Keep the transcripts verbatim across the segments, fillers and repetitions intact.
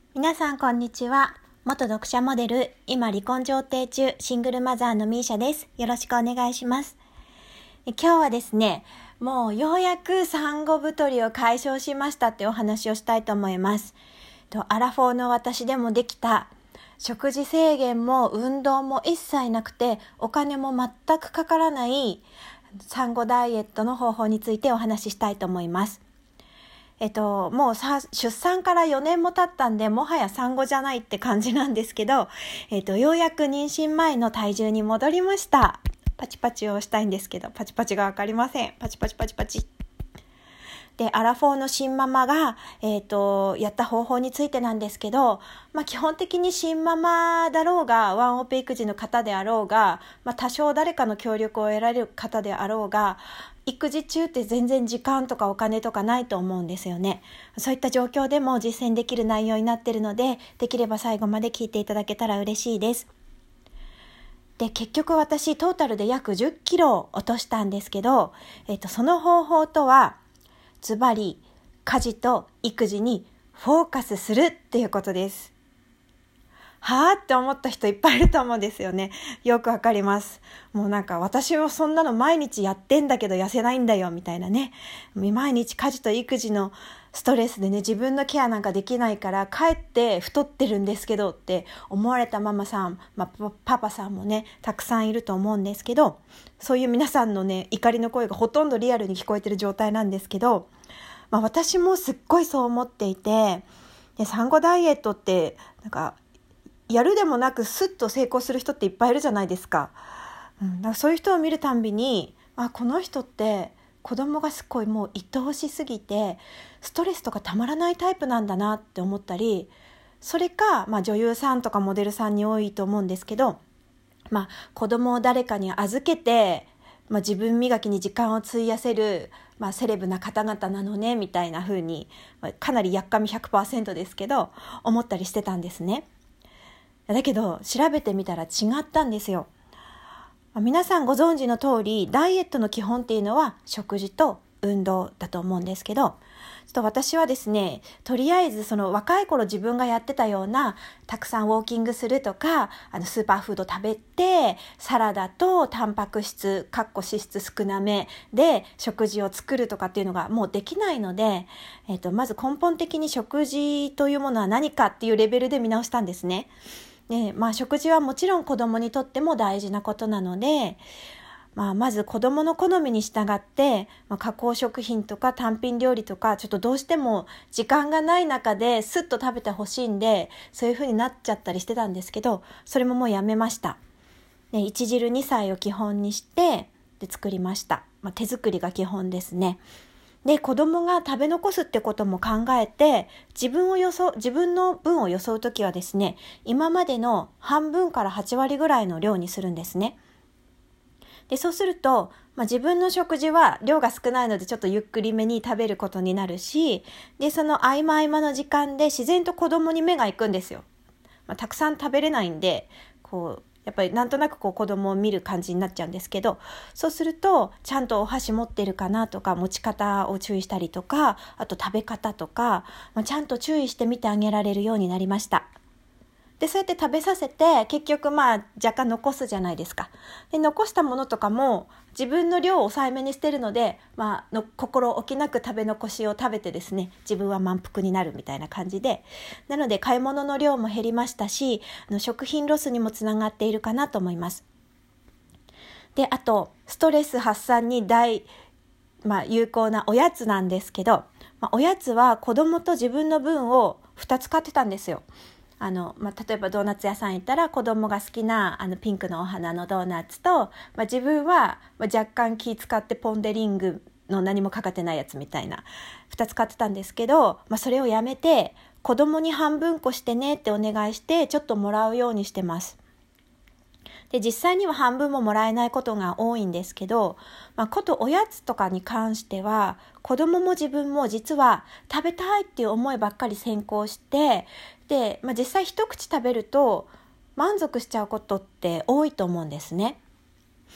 皆さんこんにちは。元読者モデル、今離婚調停中、シングルマザーのミーシャです。よろしくお願いします。今日はですね、もうようやく産後太りを解消しましたってお話をしたいと思います。アラフォーの私でもできた、食事制限も運動も一切なくて、お金も全くかからない産後ダイエットの方法についてお話ししたいと思います。えっと、もうさ出産からよねんも経ったんで、もはや産後じゃないって感じなんですけど、えっと、ようやく妊娠前の体重に戻りました。パチパチをしたいんですけど、パチパチがわかりません。パチパチパチパチ。で、アラフォーの新ママが、えっと、やった方法についてなんですけど、まあ、基本的に新ママだろうが、ワンオペ育児の方であろうが、まあ、多少誰かの協力を得られる方であろうが、育児中って全然時間とかお金とかないと思うんですよね。そういった状況でも実践できる内容になっているので、できれば最後まで聞いていただけたら嬉しいです。で、結局私トータルで約じゅっキロ落としたんですけど、えっと、その方法とは、ズバリ家事と育児にフォーカスするっていうことです。はぁって思った人いっぱいいると思うんですよね。よくわかります。もうなんか私はそんなの毎日やってんだけど痩せないんだよみたいなね。毎日家事と育児のストレスでね、自分のケアなんかできないからかえって太ってるんですけどって思われたママさん、まあ、パパさんもねたくさんいると思うんですけど、そういう皆さんのね怒りの声がほとんどリアルに聞こえてる状態なんですけど、まあ、私もすっごいそう思っていて、で産後ダイエットってなんかやるでもなくスッと成功する人っていっぱいいるじゃないですか。うん、だからそういう人を見るたんびに、あ、この人って子供がすっごいもう愛おしすぎてストレスとかたまらないタイプなんだなって思ったり、それか、まあ、女優さんとかモデルさんに多いと思うんですけど、まあ、子供を誰かに預けて、まあ、自分磨きに時間を費やせる、まあ、セレブな方々なのねみたいな風に、まあ、かなりやっかみ ひゃくパーセント ですけど思ったりしてたんですね。だけど調べてみたら違ったんですよ。皆さんご存知の通りダイエットの基本っていうのは食事と運動だと思うんですけど、ちょっと私はですね、とりあえずその若い頃自分がやってたようなたくさんウォーキングするとか、あのスーパーフード食べてサラダとタンパク質かっこ脂質少なめで食事を作るとかっていうのがもうできないので、えっと、まず根本的に食事というものは何かっていうレベルで見直したんですね。で、まあ、食事はもちろん子供にとっても大事なことなので、まあ、まず子供の好みに従って、まあ、加工食品とか単品料理とかちょっとどうしても時間がない中でスッと食べてほしいんで、そういう風になっちゃったりしてたんですけど、それももうやめました。で、いち汁にさいを基本にしてで作りました。まあ、手作りが基本ですね。で、子供が食べ残すってことも考えて、自分をよそ、自分の分をよそうときはですね、今までの半分からはち割ぐらいの量にするんですね。で、そうすると、まあ、自分の食事は量が少ないのでちょっとゆっくりめに食べることになるし、で、その合間合間の時間で自然と子供に目が行くんですよ。まあ、たくさん食べれないんで、こう、やっぱりなんとなくこう子供を見る感じになっちゃうんですけど、そうするとちゃんとお箸持ってるかなとか、持ち方を注意したりとか、あと食べ方とか、まあ、ちゃんと注意して見てあげられるようになりました。で、そうやって食べさせて結局まあ若干残すじゃないですか。で、残したものとかも自分の量を抑えめにしてるので、まあの心置きなく食べ残しを食べてですね、自分は満腹になるみたいな感じで、なので買い物の量も減りましたし、あの食品ロスにもつながっているかなと思います。で、あとストレス発散に大、まあ、有効なおやつなんですけど、まあ、おやつは子供と自分の分をふたつ買ってたんですよ。あの、まあ、例えばドーナツ屋さん行ったら子供が好きなあのピンクのお花のドーナツと、まあ、自分は若干気使ってポン・デ・リングの何もかかってないやつみたいなふたつ買ってたんですけど、まあ、それをやめて子供に半分こしてねってお願いしてちょっともらうようにしてます。で、実際には半分ももらえないことが多いんですけど、まあ、ことおやつとかに関しては子供も自分も実は食べたいっていう思いばっかり先行して、で、まあ、実際一口食べると満足しちゃうことって多いと思うんですね。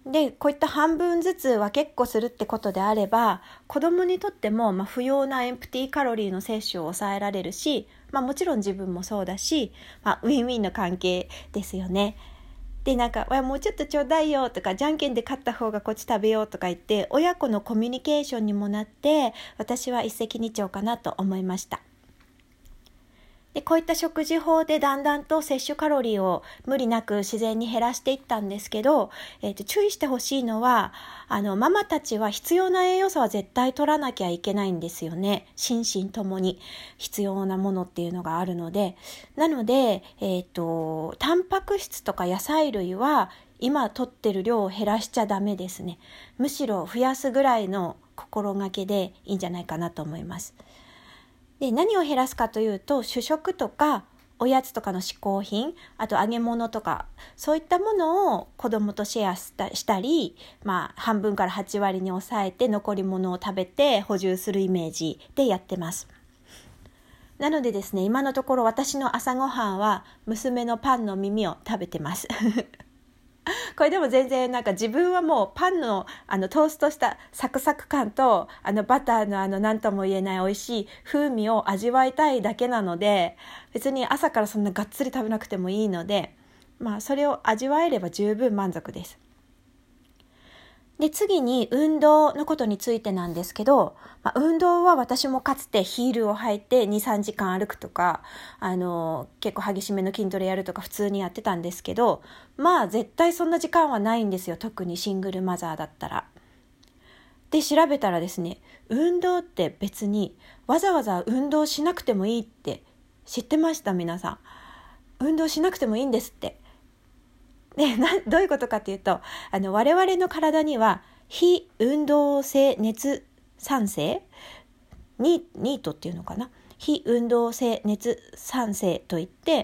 でこういった半分ずつ分けっこするってことであれば、子供にとっても、まあ、不要なエンプティカロリーの摂取を抑えられるし、まあ、もちろん自分もそうだし、まあ、ウィンウィンの関係ですよね。でなんかもうちょっとちょうだいよとか、じゃんけんで勝った方がこっち食べようとか言って、親子のコミュニケーションにもなって、私は一石二鳥かなと思いました。でこういった食事法でだんだんと摂取カロリーを無理なく自然に減らしていったんですけど、えー、と注意してほしいのは、あのママたちは必要な栄養素は絶対取らなきゃいけないんですよね。心身ともに必要なものっていうのがあるので、なので、えー、とタンパク質とか野菜類は今取ってる量を減らしちゃダメですね。むしろ増やすぐらいの心がけでいいんじゃないかなと思います。で何を減らすかというと、主食とかおやつとかの嗜好品、あと揚げ物とか、そういったものを子供とシェアしたしたり、まあ、半分からはち割に抑えて残り物を食べて補充するイメージでやってます。なのでですね、今のところ私の朝ごはんは娘のパンの耳を食べてますこれでも全然なんか自分はもうパンのあのトーストしたサクサク感とあのバターのあの何とも言えない美味しい風味を味わいたいだけなので、別に朝からそんながっつり食べなくてもいいので、まあそれを味わえれば十分満足です。で次に運動のことについてなんですけど、まあ、運動は私もかつてヒールを履いて にさんじかん歩くとか、あの結構激しめの筋トレやるとか普通にやってたんですけど、まあ絶対そんな時間はないんですよ、特にシングルマザーだったら。で調べたらですね、運動って別にわざわざ運動しなくてもいいって知ってました？皆さん運動しなくてもいいんですって。でなどういうことかというと、あの我々の体には非運動性熱産生ニートっていうのかな、非運動性熱産生といって、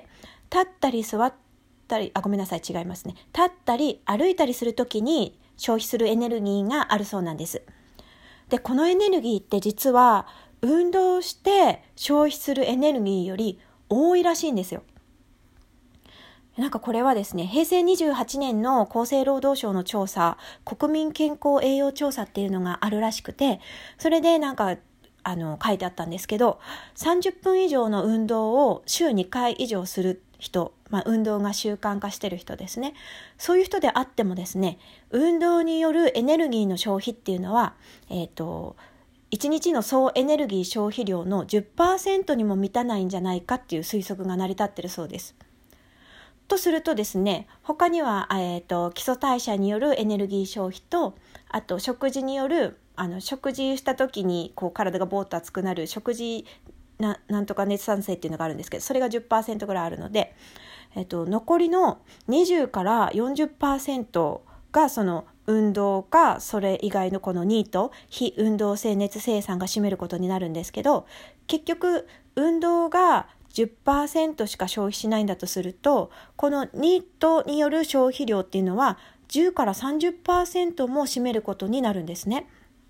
立ったり座ったりあごめんなさい違いますね立ったり歩いたりするときに消費するエネルギーがあるそうなんです。でこのエネルギーって実は運動して消費するエネルギーより多いらしいんですよ。なんかこれはですね、へいせいにじゅうはちねんの厚生労働省の調査、国民健康栄養調査っていうのがあるらしくて、それでなんかあの書いてあったんですけど、さんじゅっぷん以上の運動を週にかい以上する人、まあ、運動が習慣化してる人ですね、そういう人であってもですね、運動によるエネルギーの消費っていうのは、えっといちにちの総エネルギー消費量の じゅっパーセント にも満たないんじゃないかっていう推測が成り立ってるそうです。とするとですね、他には、えーと、基礎代謝によるエネルギー消費と、あと食事によるあの食事した時にこう体がボーッと熱くなる食事 な, なんとか熱産生っていうのがあるんですけど、それが じゅっパーセント ぐらいあるので、えーと、残りのにじゅうからよんじゅっパーセントがその運動かそれ以外のこのニート非運動性熱生産が占めることになるんですけど、結局運動がじゅっパーセント しか消費しないんだとすると、このニートによる消費量っていうのはじゅうからさんじゅっパーセント も占めることになるんですね。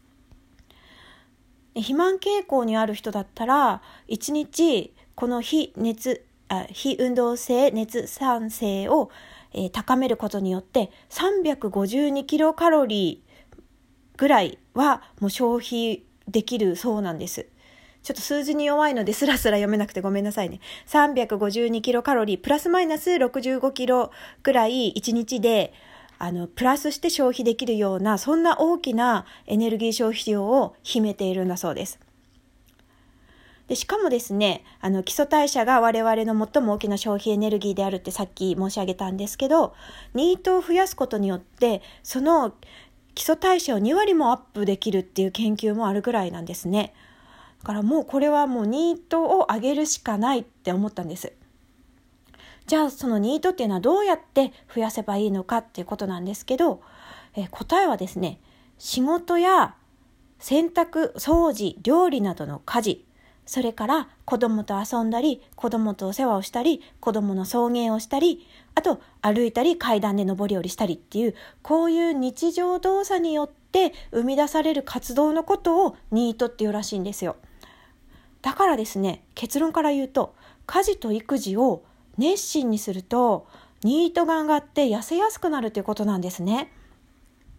肥満傾向にある人だったらいちにちこの非熱あ非運動性熱産生を、えー、高めることによってさんびゃくごじゅうにキロカロリーぐらいはもう消費できるそうなんです。ちょっと数字に弱いのでスラスラ読めなくてごめんなさいね。さんびゃくごじゅうにキロカロリープラスマイナスろくじゅうごキロぐらいいちにちであのプラスして消費できるような、そんな大きなエネルギー消費量を秘めているんだそうです。でしかもですね、あの基礎代謝が我々の最も大きな消費エネルギーであるってさっき申し上げたんですけど、ニートを増やすことによってその基礎代謝をに割もアップできるっていう研究もあるぐらいなんですね。だからもうこれはもうニートを上げるしかないって思ったんです。じゃあそのニートっていうのはどうやって増やせばいいのかっていうことなんですけど、え答えはですね、仕事や洗濯、掃除、料理などの家事、それから子供と遊んだり、子供とお世話をしたり、子供の送迎をしたり、あと歩いたり階段で上り下りしたりっていう、こういう日常動作によって生み出される活動のことをニートっていうらしいんですよ。だからですね、結論から言うと、家事と育児を熱心にするとニートが上がって痩せやすくなるということなんですね。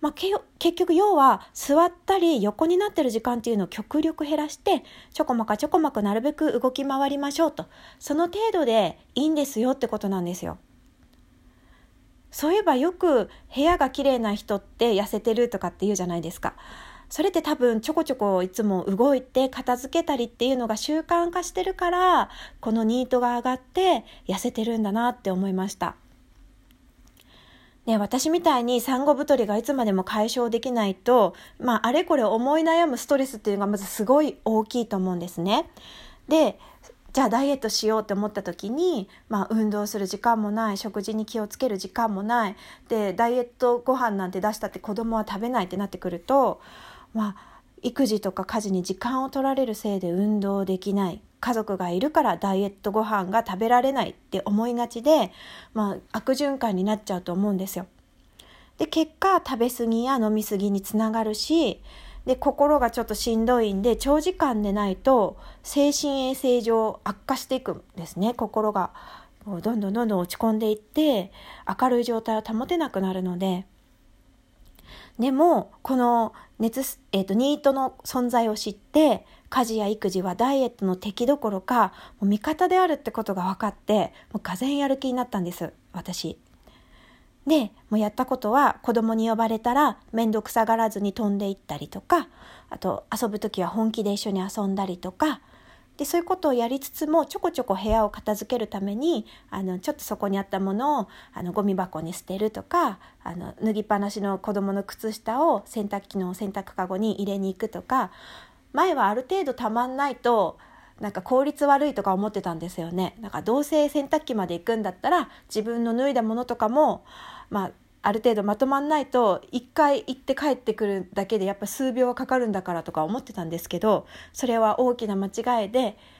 まあ、け結局要は座ったり横になってる時間っていうのを極力減らして、ちょこまかちょこまかなるべく動き回りましょうと、その程度でいいんですよってことなんですよ。そういえばよく部屋が綺麗な人って痩せてるとかって言うじゃないですか。それって多分ちょこちょこいつも動いて片付けたりっていうのが習慣化してるから、このニートが上がって痩せてるんだなって思いました。ね、私みたいに産後太りがいつまでも解消できないと、まあ、あれこれ思い悩むストレスっていうのがまずすごい大きいと思うんですね。で、じゃあダイエットしようって思った時に、まあ、運動する時間もない、食事に気をつける時間もないで、ダイエットご飯なんて出したって子供は食べないってなってくると、まあ、育児とか家事に時間を取られるせいで運動できない、家族がいるからダイエットご飯が食べられないって思いがちで、まあ、悪循環になっちゃうと思うんですよ。で、結果食べ過ぎや飲み過ぎにつながるし、で心がちょっとしんどいんで長時間寝ないと精神衛生上悪化していくんですね。心がどんどんどんどん落ち込んでいって明るい状態を保てなくなるので、でもこの熱、えーと、ニートの存在を知って家事や育児はダイエットの敵どころかもう味方であるってことが分かって、もうがぜんやる気になったんです私で。もうやったことは子供に呼ばれたら面倒くさがらずに飛んでいったりとか、あと遊ぶときは本気で一緒に遊んだりとかで、そういうことをやりつつもちょこちょこ部屋を片付けるためにあのちょっとそこにあったものをあのゴミ箱に捨てるとか、あの脱ぎっぱなしの子供の靴下を洗濯機の洗濯かごに入れに行くとか、前はある程度たまんないとなんか効率悪いとか思ってたんですよね。なんかどうせ洗濯機まで行くんだったら自分の脱いだものとかもまあある程度まとまんないと一回行って帰ってくるだけでやっぱ数秒はかかるんだからとか思ってたんですけど、それは大きな間違いで、